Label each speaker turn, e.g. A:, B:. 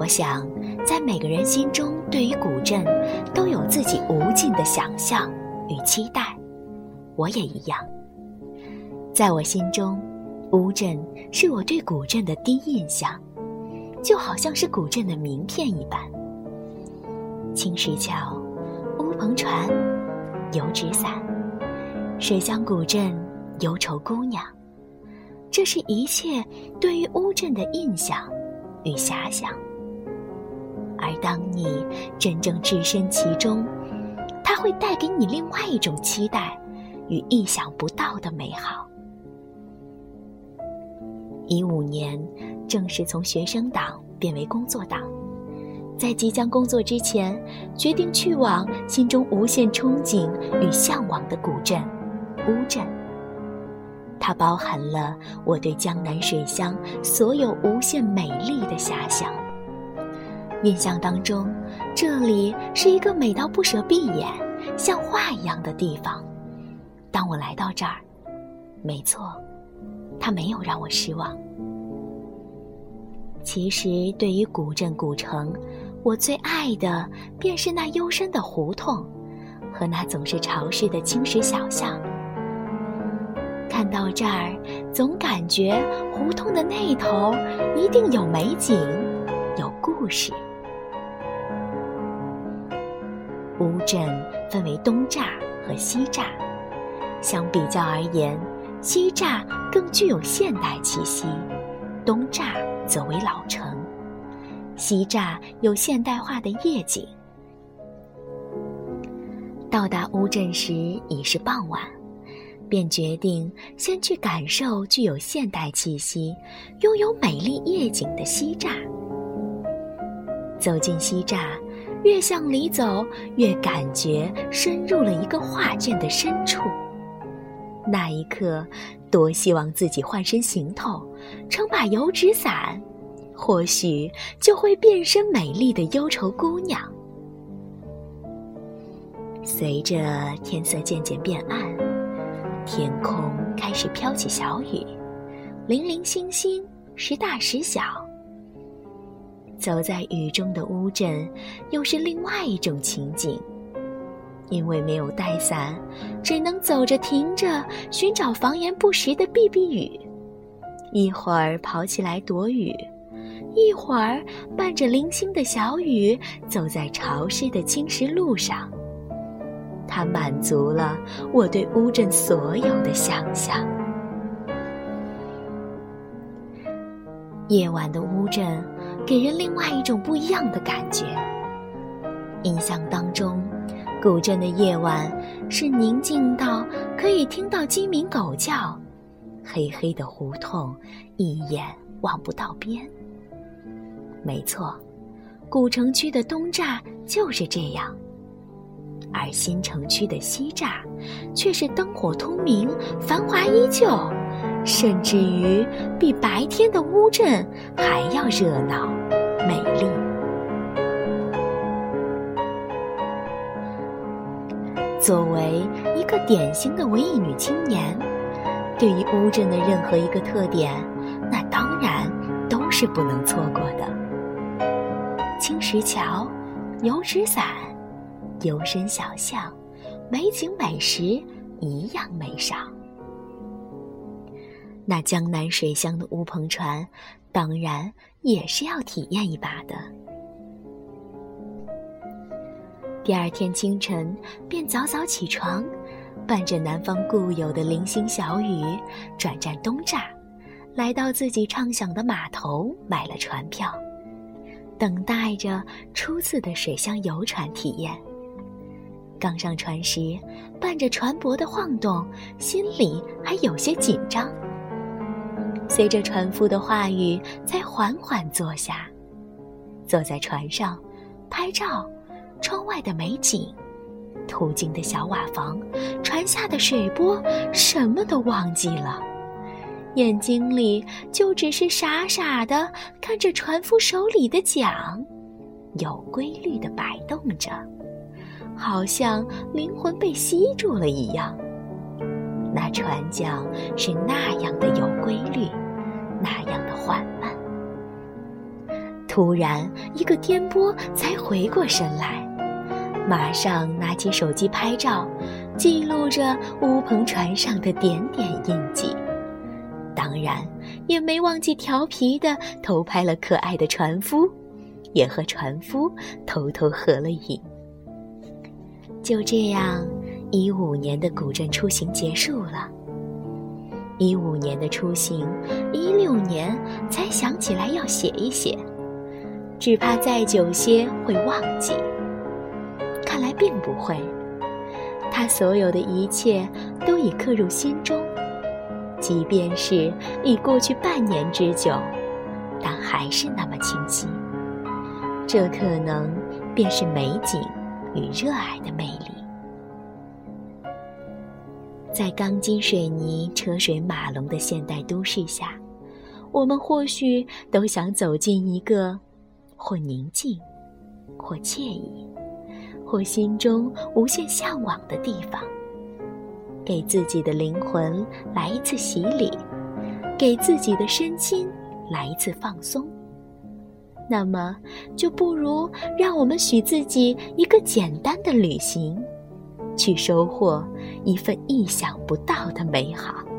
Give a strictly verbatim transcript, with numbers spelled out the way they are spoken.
A: 我想，在每个人心中，对于古镇都有自己无尽的想象与期待。我也一样。在我心中，乌镇是我对古镇的第一印象，就好像是古镇的名片一般。青石桥、乌篷船、油纸伞、水乡古镇、忧愁姑娘，这是一切对于乌镇的印象与遐想。而当你真正置身其中，它会带给你另外一种期待与意想不到的美好。一五年正式从学生党变为工作党，在即将工作之前，决定去往心中无限憧憬与向往的古镇乌镇。它包含了我对江南水乡所有无限美丽的遐想。印象当中，这里是一个美到不舍闭眼，像画一样的地方。当我来到这儿，没错，它没有让我失望。其实对于古镇古城，我最爱的便是那幽深的胡同和那总是潮湿的青石小巷。看到这儿，总感觉胡同的那头一定有美景，有故事。乌镇分为东栅和西栅，相比较而言，西栅更具有现代气息，东栅则为老城。西栅有现代化的夜景。到达乌镇时已是傍晚，便决定先去感受具有现代气息、拥有美丽夜景的西栅。走进西栅，越向里走，越感觉深入了一个画卷的深处。那一刻，多希望自己换身行头，撑把油纸伞，或许就会变身美丽的忧愁姑娘。随着天色渐渐变暗，天空开始飘起小雨，零零星星，时大时小。走在雨中的乌镇，又是另外一种情景。因为没有带伞，只能走着停着，寻找防言不实的避避雨。一会儿跑起来躲雨，一会儿伴着零星的小雨，走在潮湿的青石路上。它满足了我对乌镇所有的想象。夜晚的乌镇给人另外一种不一样的感觉。印象当中，古镇的夜晚是宁静到可以听到鸡鸣狗叫，黑黑的胡同一眼望不到边。没错，古城区的东栅就是这样，而新城区的西栅却是灯火通明，繁华依旧，甚至于比白天的乌镇还要热闹美丽。作为一个典型的文艺女青年，对于乌镇的任何一个特点，那当然都是不能错过的。青石桥、油纸伞、幽深小巷，美景美食一样没少。那江南水乡的乌篷船，当然也是要体验一把的。第二天清晨，便早早起床，伴着南方固有的零星小雨，转战东栅，来到自己畅想的码头，买了船票，等待着初次的水乡游船体验。刚上船时，伴着船舶的晃动，心里还有些紧张。随着船夫的话语，才缓缓坐下。坐在船上，拍照，窗外的美景，途经的小瓦房，船下的水波，什么都忘记了。眼睛里就只是傻傻地看着船夫手里的桨，有规律地摆动着，好像灵魂被吸住了一样。那船桨是那样的有规律，那样的缓慢。 突然一个颠簸才回过神来，马上拿起手机拍照，记录着乌篷船上的点点印记。当然也没忘记调皮地偷拍了可爱的船夫，也和船夫偷偷合了影。就这样，一五年的古镇出行结束了。一五年的出行，一六年才想起来要写一写，只怕再久些会忘记。看来并不会，他所有的一切都已刻入心中，即便是已过去半年之久，但还是那么清晰。这可能便是美景与热爱的魅力。在钢筋水泥、车水马龙的现代都市下，我们或许都想走进一个或宁静，或惬意，或心中无限向往的地方，给自己的灵魂来一次洗礼，给自己的身心来一次放松。那么就不如让我们许自己一个简单的旅行，去收获一份意想不到的美好。